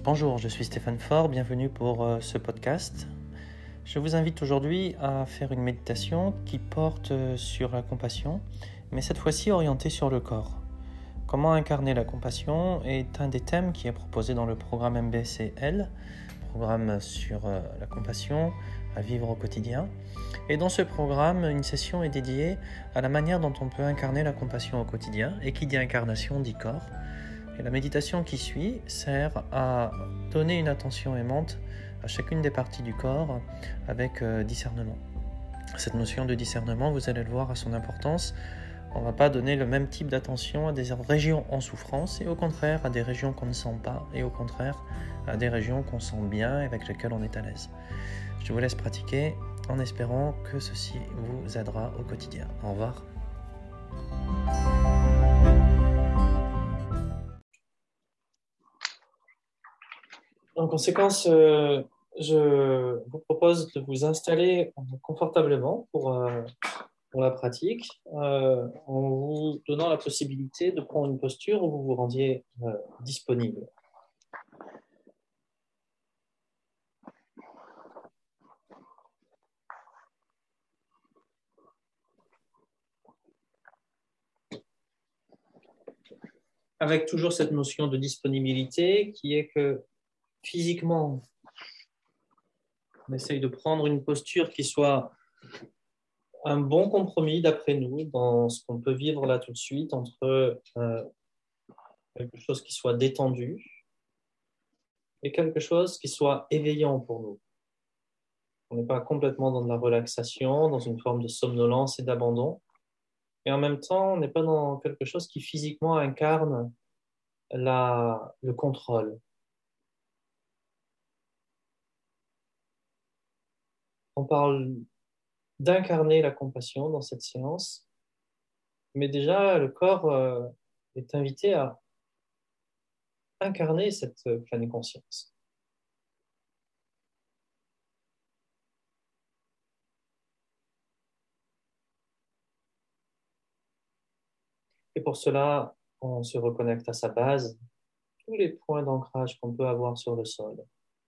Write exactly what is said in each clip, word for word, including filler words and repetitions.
Bonjour, je suis Stéphane Faure, bienvenue pour euh, ce podcast. Je vous invite aujourd'hui à faire une méditation qui porte euh, sur la compassion, mais cette fois-ci orientée sur le corps. Comment incarner la compassion est un des thèmes qui est proposé dans le programme M B C L, programme sur euh, la compassion à vivre au quotidien. Et dans ce programme, une session est dédiée à la manière dont on peut incarner la compassion au quotidien, et qui dit incarnation dit corps. Et la méditation qui suit sert à donner une attention aimante à chacune des parties du corps avec euh, discernement. Cette notion de discernement, vous allez le voir, a son importance. On ne va pas donner le même type d'attention à des régions en souffrance et au contraire à des régions qu'on ne sent pas et au contraire à des régions qu'on sent bien et avec lesquelles on est à l'aise. Je vous laisse pratiquer en espérant que ceci vous aidera au quotidien. Au revoir. En conséquence, euh, je vous propose de vous installer confortablement pour, euh, pour la pratique, euh, en vous donnant la possibilité de prendre une posture où vous vous rendiez euh, disponible. Avec toujours cette notion de disponibilité qui est que physiquement, on essaye de prendre une posture qui soit un bon compromis d'après nous dans ce qu'on peut vivre là tout de suite entre euh, quelque chose qui soit détendu et quelque chose qui soit éveillant pour nous. On n'est pas complètement dans de la relaxation, dans une forme de somnolence et d'abandon, et en même temps, on n'est pas dans quelque chose qui physiquement incarne la, le contrôle. On parle d'incarner la compassion dans cette séance, mais déjà, le corps euh, est invité à incarner cette pleine conscience. Et pour cela, on se reconnecte à sa base, tous les points d'ancrage qu'on peut avoir sur le sol.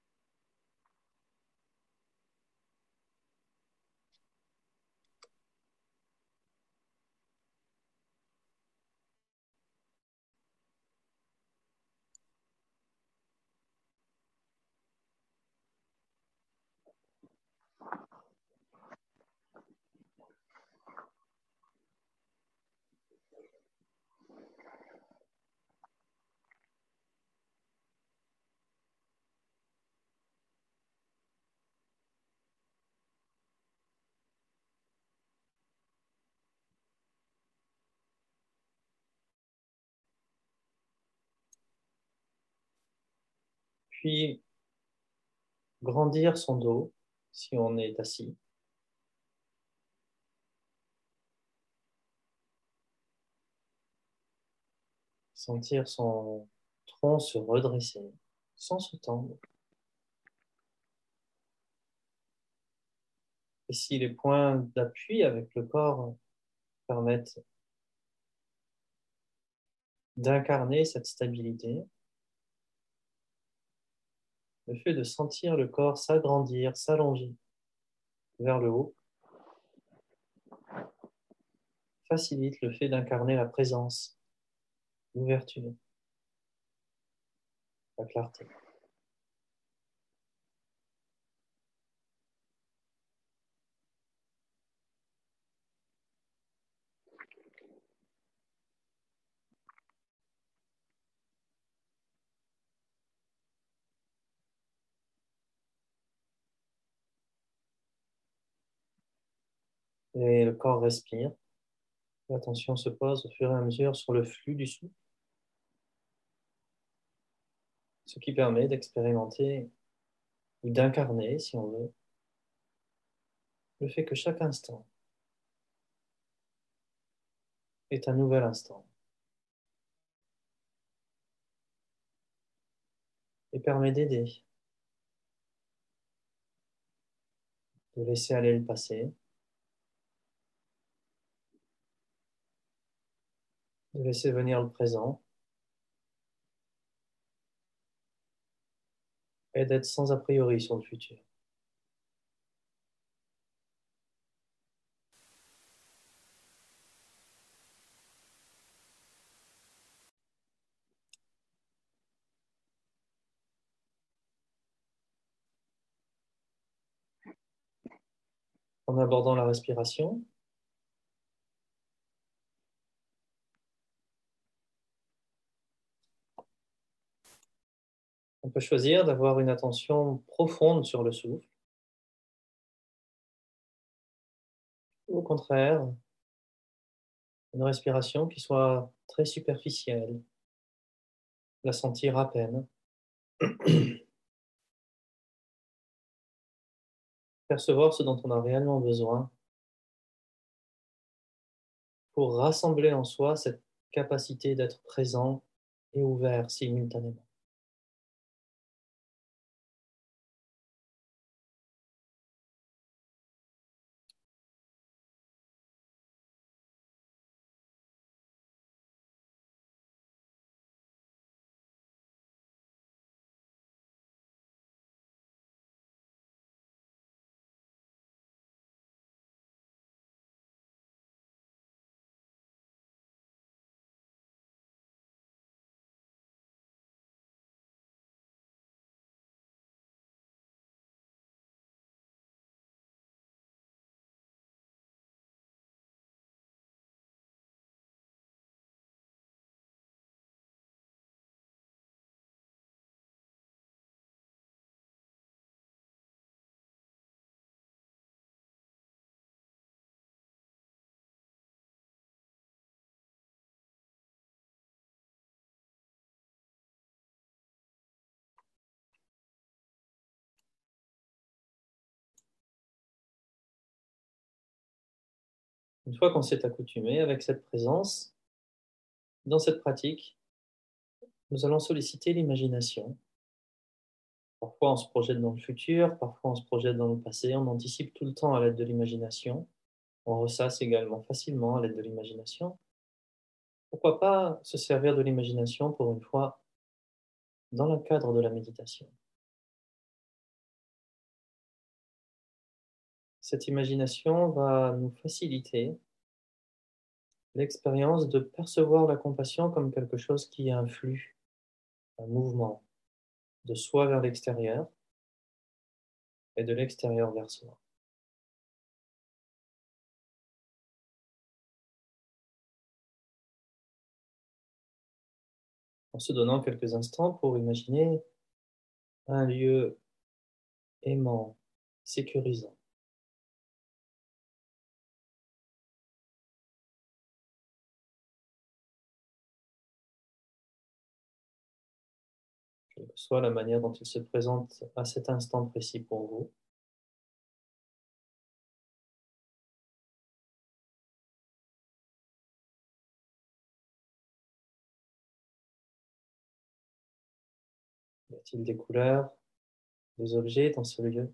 Puis, grandir son dos si on est assis. Sentir son tronc se redresser sans se tendre. Et si les points d'appui avec le corps permettent d'incarner cette stabilité, le fait de sentir le corps s'agrandir, s'allonger vers le haut, facilite le fait d'incarner la présence, l'ouverture, la clarté. Et le corps respire. L'attention se pose au fur et à mesure sur le flux du souffle, ce qui permet d'expérimenter ou d'incarner, si on veut, le fait que chaque instant est un nouvel instant et permet d'aider, de laisser aller le passé, de laisser venir le présent et d'être sans a priori sur le futur. En abordant la respiration, on peut choisir d'avoir une attention profonde sur le souffle, ou au contraire, une respiration qui soit très superficielle, la sentir à peine, percevoir ce dont on a réellement besoin pour rassembler en soi cette capacité d'être présent et ouvert simultanément. Une fois qu'on s'est accoutumé avec cette présence, dans cette pratique, nous allons solliciter l'imagination. Parfois, on se projette dans le futur, parfois, on se projette dans le passé, on anticipe tout le temps à l'aide de l'imagination. On ressasse également facilement à l'aide de l'imagination. Pourquoi pas se servir de l'imagination pour une fois dans le cadre de la méditation? Cette imagination va nous faciliter l'expérience de percevoir la compassion comme quelque chose qui est un flux, un mouvement de soi vers l'extérieur et de l'extérieur vers soi. En se donnant quelques instants pour imaginer un lieu aimant, sécurisant. Quelle que soit la manière dont il se présente à cet instant précis pour vous. Y a-t-il des couleurs, des objets dans ce lieu?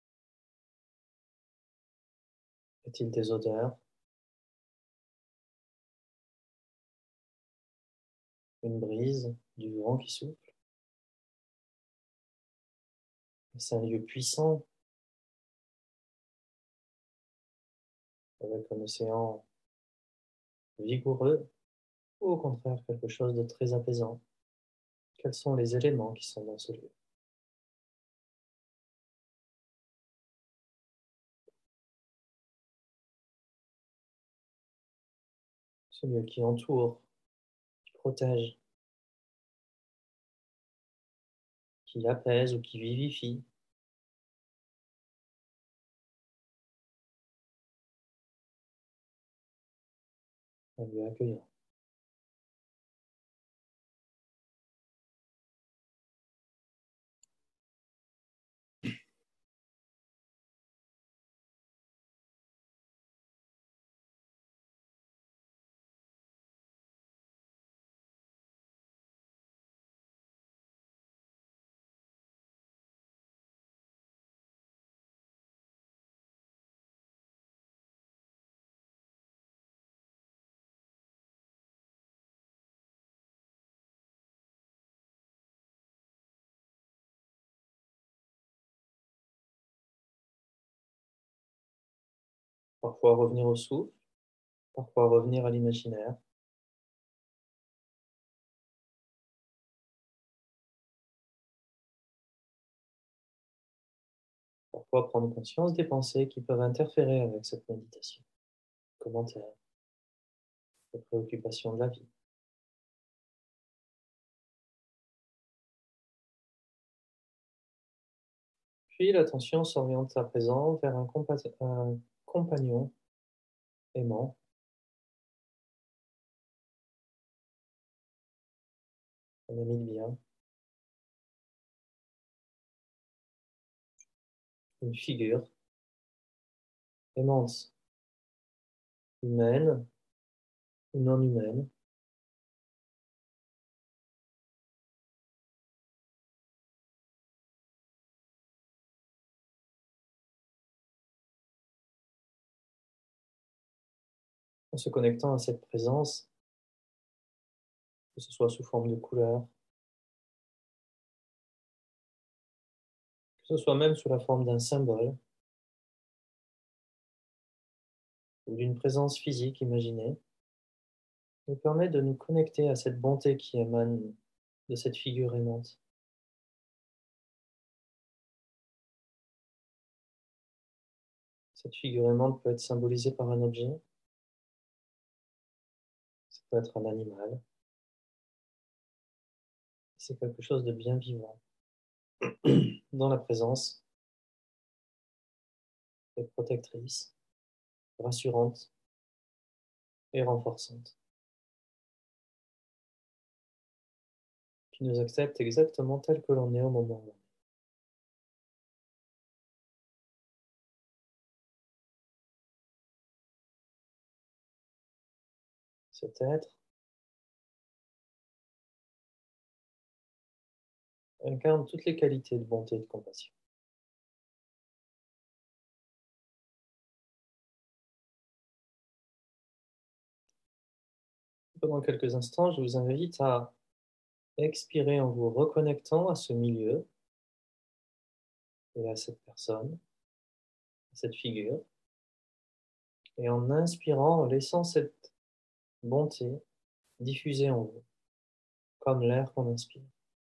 Y a-t-il des odeurs? Une brise, du vent qui souffle? C'est un lieu puissant, avec un océan vigoureux, ou au contraire quelque chose de très apaisant? Quels sont les éléments qui sont dans ce lieu? Ce lieu qui entoure, qui protège, qui apaise ou qui vivifie. Un lieu accueillant. Parfois revenir au souffle, parfois revenir à l'imaginaire. Parfois prendre conscience des pensées qui peuvent interférer avec cette méditation. Commentaires, les préoccupations de la vie. Puis l'attention s'oriente à présent vers un, compa- un compagnon aimant, un ami de bien, une figure aimante, humaine ou non humaine. En se connectant à cette présence, que ce soit sous forme de couleur, que ce soit même sous la forme d'un symbole ou d'une présence physique imaginée, nous permet de nous connecter à cette bonté qui émane de cette figure aimante. Cette figure aimante peut être symbolisée par un objet, ça peut être un animal, c'est quelque chose de bien vivant, dans la présence, et protectrice, rassurante et renforçante, qui nous accepte exactement tel que l'on est au moment où on est. Cet être incarne toutes les qualités de bonté et de compassion. Pendant quelques instants, je vous invite à expirer en vous reconnectant à ce milieu et à cette personne, à cette figure, et en inspirant, en laissant cette bonté diffuser en vous, comme l'air qu'on inspire.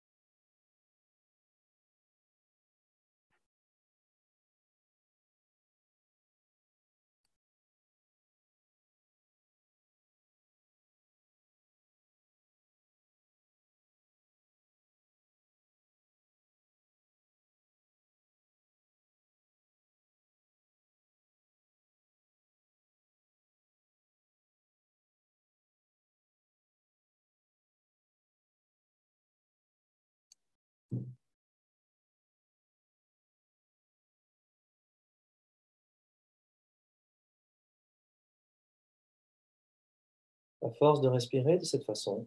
À force de respirer de cette façon,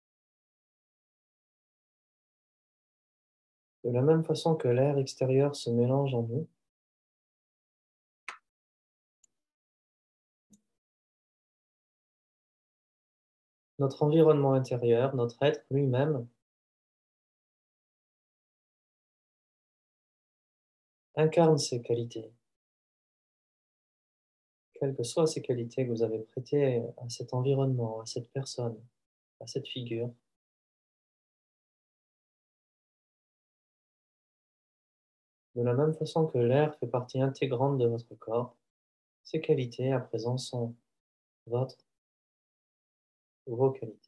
de la même façon que l'air extérieur se mélange en nous, notre environnement intérieur, notre être lui-même, incarne ces qualités. Quelles que soient ces qualités que vous avez prêtées à cet environnement, à cette personne, à cette figure, de la même façon que l'air fait partie intégrante de votre corps, ces qualités à présent sont votre ou vos qualités.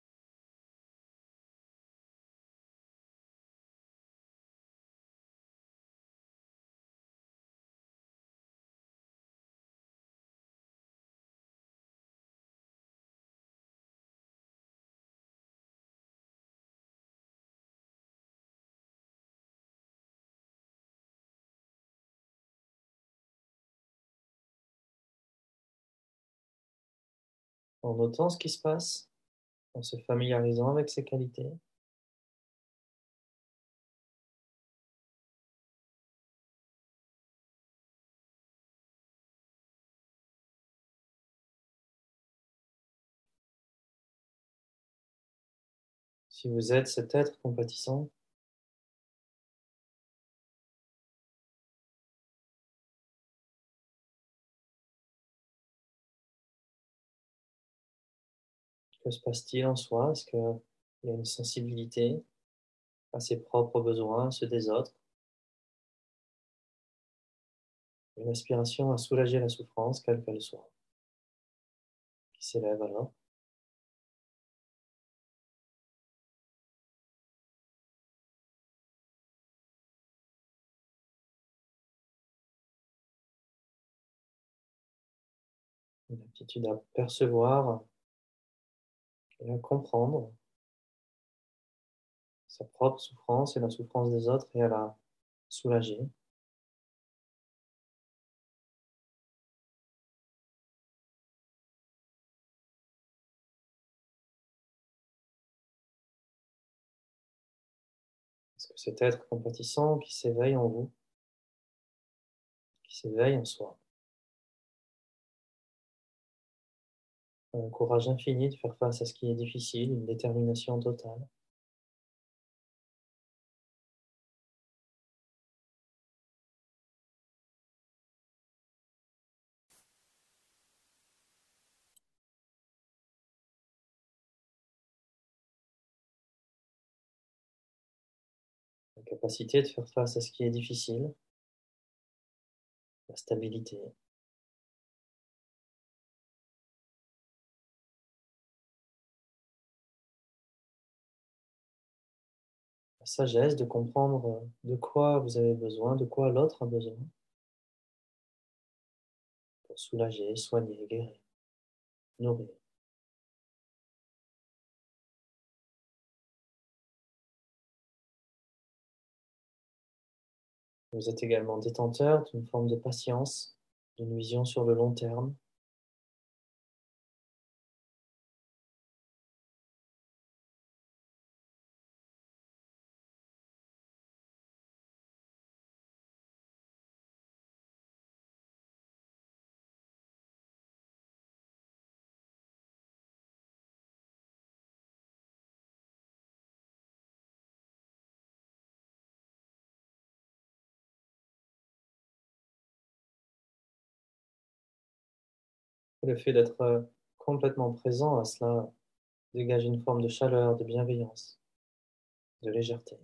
En notant ce qui se passe, en se familiarisant avec ces qualités, si vous êtes cet être compatissant, Que se passe-t-il en soi? Est-ce qu'il y a une sensibilité à ses propres besoins, ceux des autres? Une aspiration à soulager la souffrance, quelle qu'elle soit, qui s'élève alors. Une aptitude à percevoir et à comprendre sa propre souffrance et la souffrance des autres et à la soulager. Est-ce que cet être compatissant qui s'éveille en vous, qui s'éveille en soi, a un courage infini de faire face à ce qui est difficile, une détermination totale? La capacité de faire face à ce qui est difficile, la stabilité, la sagesse de comprendre de quoi vous avez besoin, de quoi l'autre a besoin pour soulager, soigner, guérir, nourrir. Vous êtes également détenteur d'une forme de patience, d'une vision sur le long terme. Le fait d'être euh, complètement présent à cela dégage une forme de chaleur, de bienveillance, de légèreté.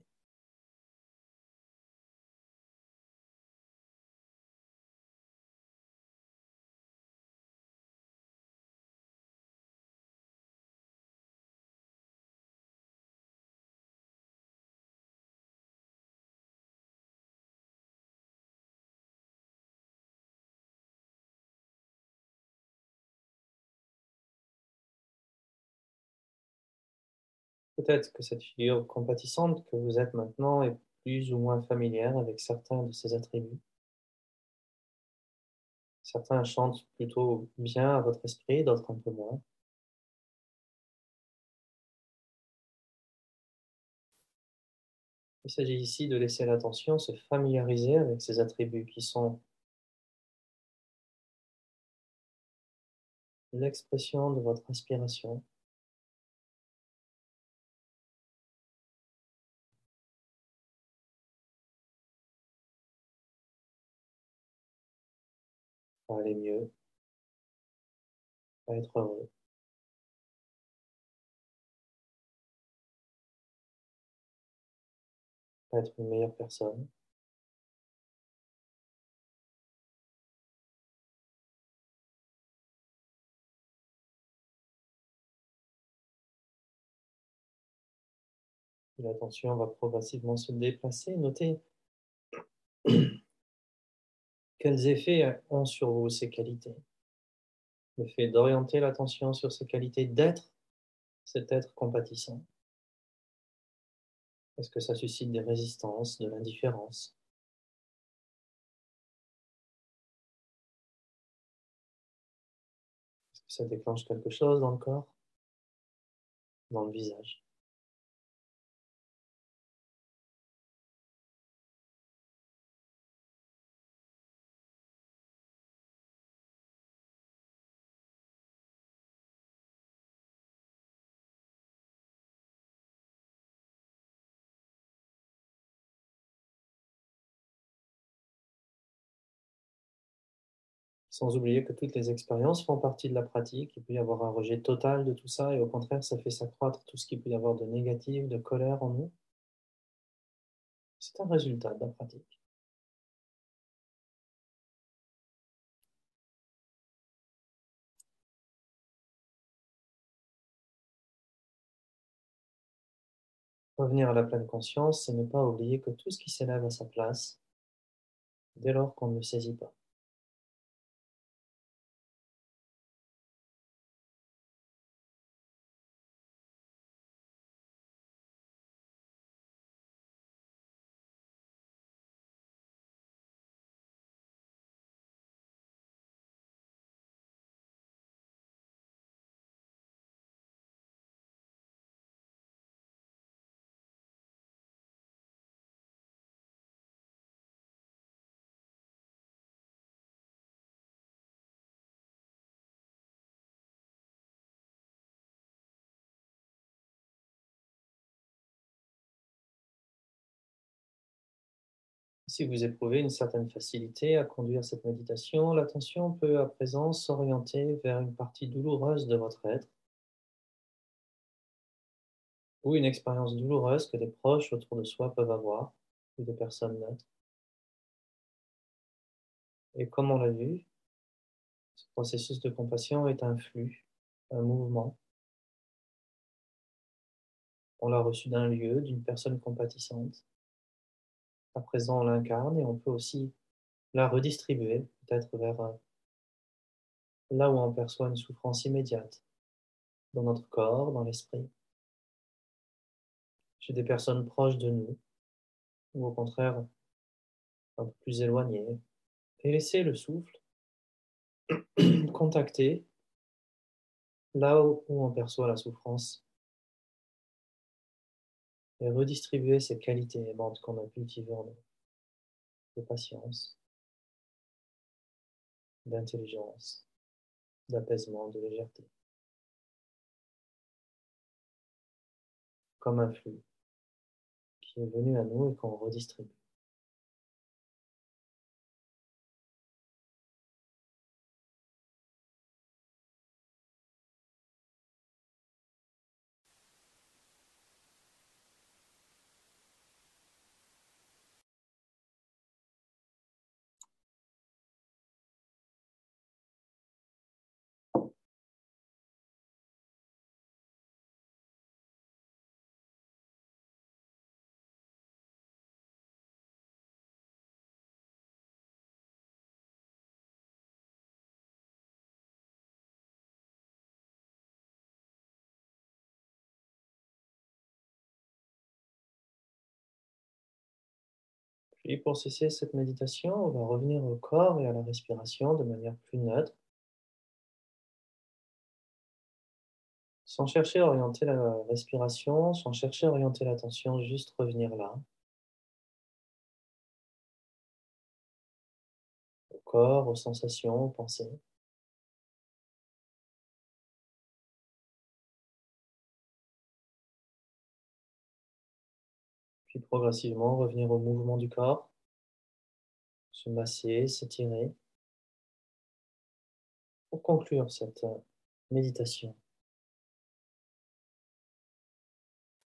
Peut-être que cette figure compatissante que vous êtes maintenant est plus ou moins familière avec certains de ses attributs. Certains chantent plutôt bien à votre esprit, d'autres un peu moins. Il s'agit ici de laisser l'attention se familiariser avec ces attributs qui sont l'expression de votre aspiration, à aller mieux, à être heureux, à être une meilleure personne. Et l'attention va progressivement se déplacer. Notez quels effets ont sur vous ces qualités. Le fait d'orienter l'attention sur ces qualités, d'être cet être compatissant. Est-ce que ça suscite des résistances, de l'indifférence? Est-ce que ça déclenche quelque chose dans le corps, dans le visage? Sans oublier que toutes les expériences font partie de la pratique. Il peut y avoir un rejet total de tout ça et au contraire, ça fait s'accroître tout ce qu'il peut y avoir de négatif, de colère en nous. C'est un résultat de la pratique. Revenir à la pleine conscience, c'est ne pas oublier que tout ce qui s'élève à sa place, dès lors qu'on ne le saisit pas. Si vous éprouvez une certaine facilité à conduire cette méditation, l'attention peut à présent s'orienter vers une partie douloureuse de votre être ou une expérience douloureuse que des proches autour de soi peuvent avoir ou des personnes neutres. Et comme on l'a vu, ce processus de compassion est un flux, un mouvement. On l'a reçu d'un lieu, d'une personne compatissante. À présent, on l'incarne et on peut aussi la redistribuer, peut-être vers euh, là où on perçoit une souffrance immédiate, dans notre corps, dans l'esprit, chez des personnes proches de nous, ou au contraire un peu plus éloignées. Et laisser le souffle contacter là où on perçoit la souffrance et redistribuer ces qualités aimantes qu'on a cultivées en nous, de patience, d'intelligence, d'apaisement, de légèreté, comme un flux qui est venu à nous et qu'on redistribue. Puis pour cesser cette méditation, on va revenir au corps et à la respiration de manière plus neutre, sans chercher à orienter la respiration, sans chercher à orienter l'attention, juste revenir là, au corps, aux sensations, aux pensées. Puis progressivement revenir au mouvement du corps, se masser, s'étirer, pour conclure cette euh, méditation.